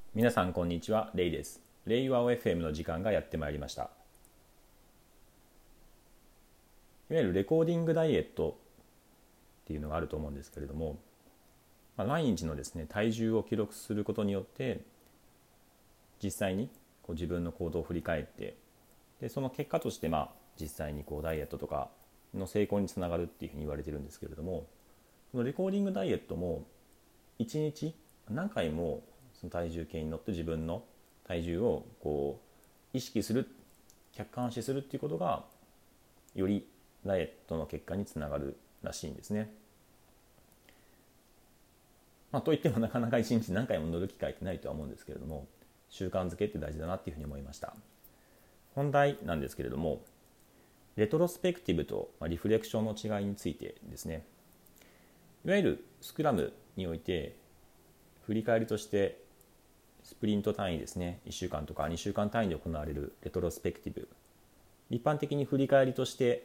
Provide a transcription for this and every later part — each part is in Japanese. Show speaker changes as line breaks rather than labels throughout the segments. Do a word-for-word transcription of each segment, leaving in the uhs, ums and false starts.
皆さんこんにちは、レイです。レイワオ エフエム の時間がやってまいりました。いわゆるレコーディングダイエットっていうのがあると思うんですけれども、まあ、毎日のですね体重を記録することによって実際にこう自分の行動を振り返って、でその結果としてまあ実際にこうダイエットとかの成功につながるっていうふうに言われてるんですけれども、このレコーディングダイエットもいちにち何回もその体重計に乗って自分の体重をこう意識する、客観視するっていうことがよりダイエットの結果につながるらしいんですね。まあ、といってもなかなかいちにち何回も乗る機会ってないとは思うんですけれども、習慣づけって大事だなっていうふうに思いました。本題なんですけれども、レトロスペクティブとリフレクションの違いについてですね。いわゆるスクラムにおいて振り返りとしてスプリント単位ですね、いっしゅうかんとかにしゅうかん単位で行われるレトロスペクティブ、一般的に振り返りとして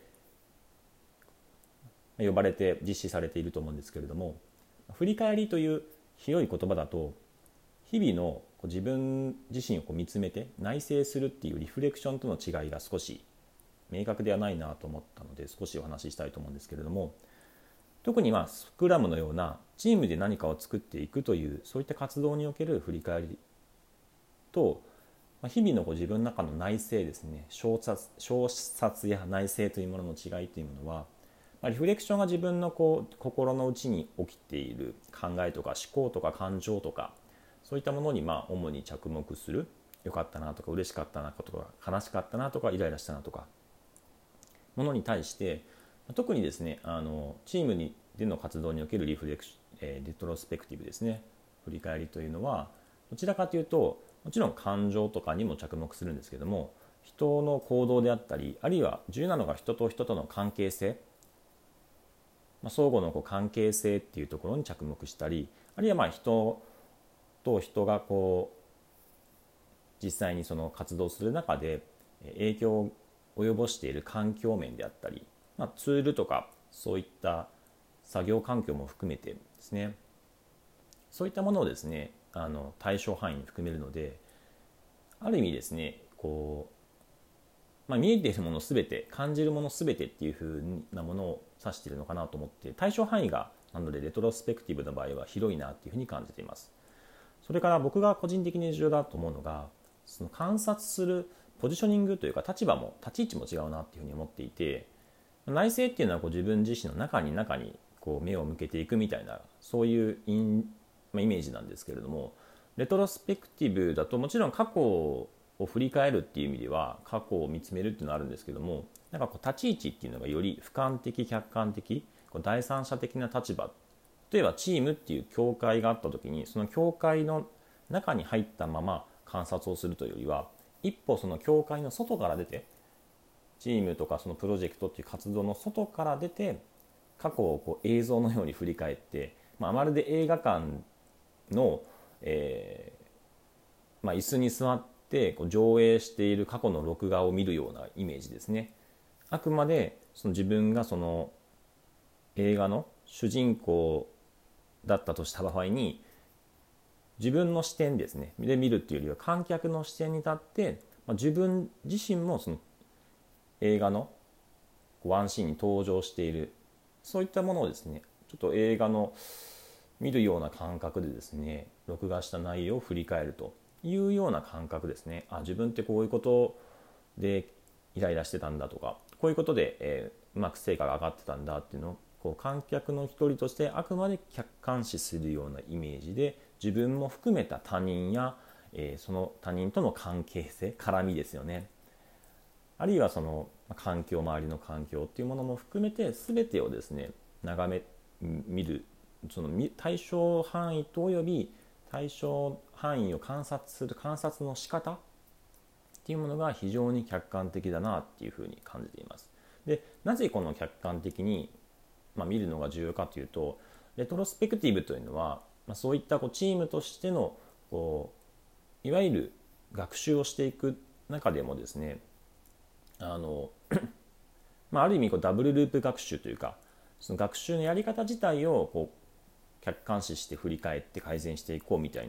呼ばれて実施されていると思うんですけれども、振り返りという広い言葉だと日々の自分自身をこう見つめて内省するっていうリフレクションとの違いが少し明確ではないなと思ったので、少しお話ししたいと思うんですけれども、特にまあスクラムのようなチームで何かを作っていくというそういった活動における振り返りと、日々のこう自分の中の内省ですね、小冊、小冊や内省というものの違いというものは、リフレクションが自分のこう心の内に起きている考えとか思考とか感情とか、そういったものにまあ主に着目する。良かったなとか嬉しかったなとか悲しかったなとかイライラしたなとかものに対して、特にですねあのチームにでの活動におけるリフレクシ、えー、レトロスペクティブですね、振り返りというのはどちらかというと、もちろん感情とかにも着目するんですけども、人の行動であったり、あるいは重要なのが人と人との関係性、まあ、相互のこう関係性っていうところに着目したり、あるいはまあ人と人がこう実際にその活動する中で影響を及ぼしている環境面であったり、まあ、ツールとかそういった作業環境も含めてですね、そういったものをですねあの対象範囲に含めるので、ある意味ですねこう、まあ、見えているものすべて、感じるものすべてっていう風なものを指しているのかなと思って、対象範囲がなのでレトロスペクティブの場合は広いなっていうふうに感じています。それから僕が個人的に重要だと思うのが、その観察するポジショニングというか立場も立ち位置も違うなっていうふうに思っていて、内省っていうのはこう自分自身の中に中にこう目を向けていくみたいな、そういうイン、まあ、イメージなんですけれども、レトロスペクティブだともちろん過去を振り返るっていう意味では過去を見つめるっていうのはあるんですけども、なんかこう立ち位置っていうのがより俯瞰的客観的、こう第三者的な立場、例えばチームっていう境界があった時にその境界の中に入ったまま観察をするというよりは、一歩その境界の外から出て、チームとかそのプロジェクトっていう活動の外から出て過去をこう映像のように振り返って、まあ、まるで映画館の、えーまあ、椅子に座ってこう上映している過去の録画を見るようなイメージですね。あくまでその自分がその映画の主人公だったとした場合に、自分の視点ですねで見るっていうよりは観客の視点に立って、まあ、自分自身もその映画のワンシーンに登場している、そういったものをですねちょっと映画の見るような感覚でですね録画した内容を振り返るというような感覚ですね。あ、自分ってこういうことでイライラしてたんだとか、こういうことで、えー、うまく成果が上がってたんだっていうのをこう観客の一人としてあくまで客観視するようなイメージで、自分も含めた他人や、えー、その他人との関係性、絡みですよね、あるいはその環境、周りの環境っていうものも含めて全てをですね眺め見る、その対象範囲とおよび対象範囲を観察する観察の仕方っていうものが非常に客観的だなっていうふうに感じています。で、なぜこの客観的に、まあ、見るのが重要かというと、レトロスペクティブというのは、まあ、そういったこうチームとしてのこういわゆる学習をしていく中でもですね、あのまあ、ある意味こうダブルループ学習というか、その学習のやり方自体をこう客観視して振り返って改善していこうみたいな、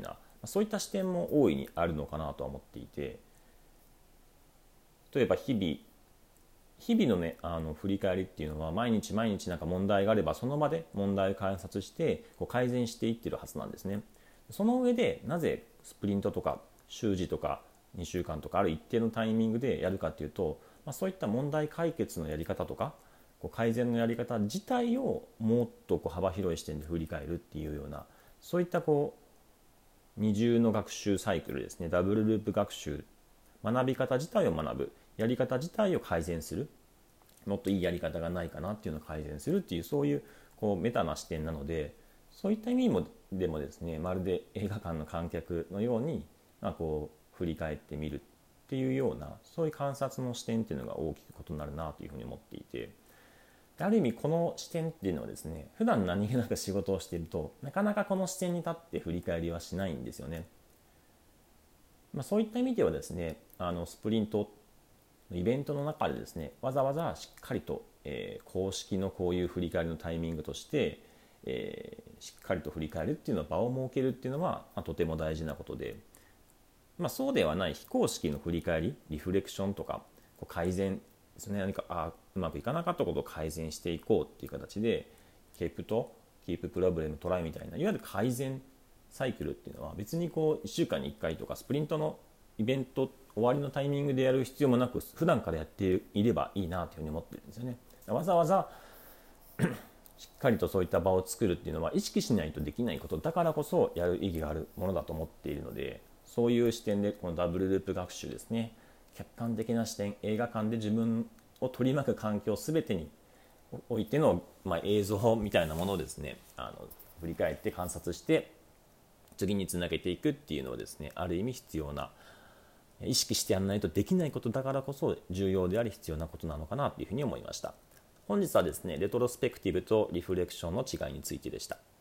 そういった視点も大いにあるのかなとは思っていて、例えば日々日々のねあの振り返りっていうのは毎日毎日なんか問題があればその場で問題を観察してこう改善していってるはずなんですね。その上でなぜスプリントとか週次とかにしゅうかんとかある一定のタイミングでやるかっていうと、まあ、そういった問題解決のやり方とかこう改善のやり方自体をもっとこう幅広い視点で振り返るっていうような、そういったこう二重の学習サイクルですね。ダブルループ学習、学び方自体を学ぶ、やり方自体を改善する、もっといいやり方がないかなっていうのを改善するっていう、そういうこうメタな視点なので、そういった意味もでもですね、まるで映画館の観客のように、まあ、こう振り返ってみるっていうような、そういう観察の視点っていうのが大きく異なるなというふうに思っていて、ある意味この視点っていうのはですね、普段何気なく仕事をしているとなかなかこの視点に立って振り返りはしないんですよね。まあ、そういった意味ではですね、あのスプリントイベントの中でですね、わざわざしっかりと、えー、公式のこういう振り返りのタイミングとして、えー、しっかりと振り返るっていうのは場を設けるっていうのは、まあ、とても大事なことで、まあ、そうではない非公式の振り返り、リフレクションとかこう改善ですね、何かあうまくいかなかったことを改善していこうっていう形でケープとキーププロブレムトライみたいないわゆる改善サイクルっていうのは別にこういっしゅうかんにいっかいとかスプリントのイベント終わりのタイミングでやる必要もなく普段からやっていればいいなというふうに思ってるんですよね。わざわざしっかりとそういった場を作るっていうのは意識しないとできないことだからこそやる意義があるものだと思っているので、そういう視点でこのダブルループ学習ですね、客観的な視点、映画館で自分を取り巻く環境すべてにおいての、まあ、映像みたいなものをですね、あの振り返って観察して次につなげていくっていうのはですね、ある意味必要な、意識してやらないとできないことだからこそ重要であり必要なことなのかなというふうに思いました。本日はですね、レトロスペクティブとリフレクションの違いについてでした。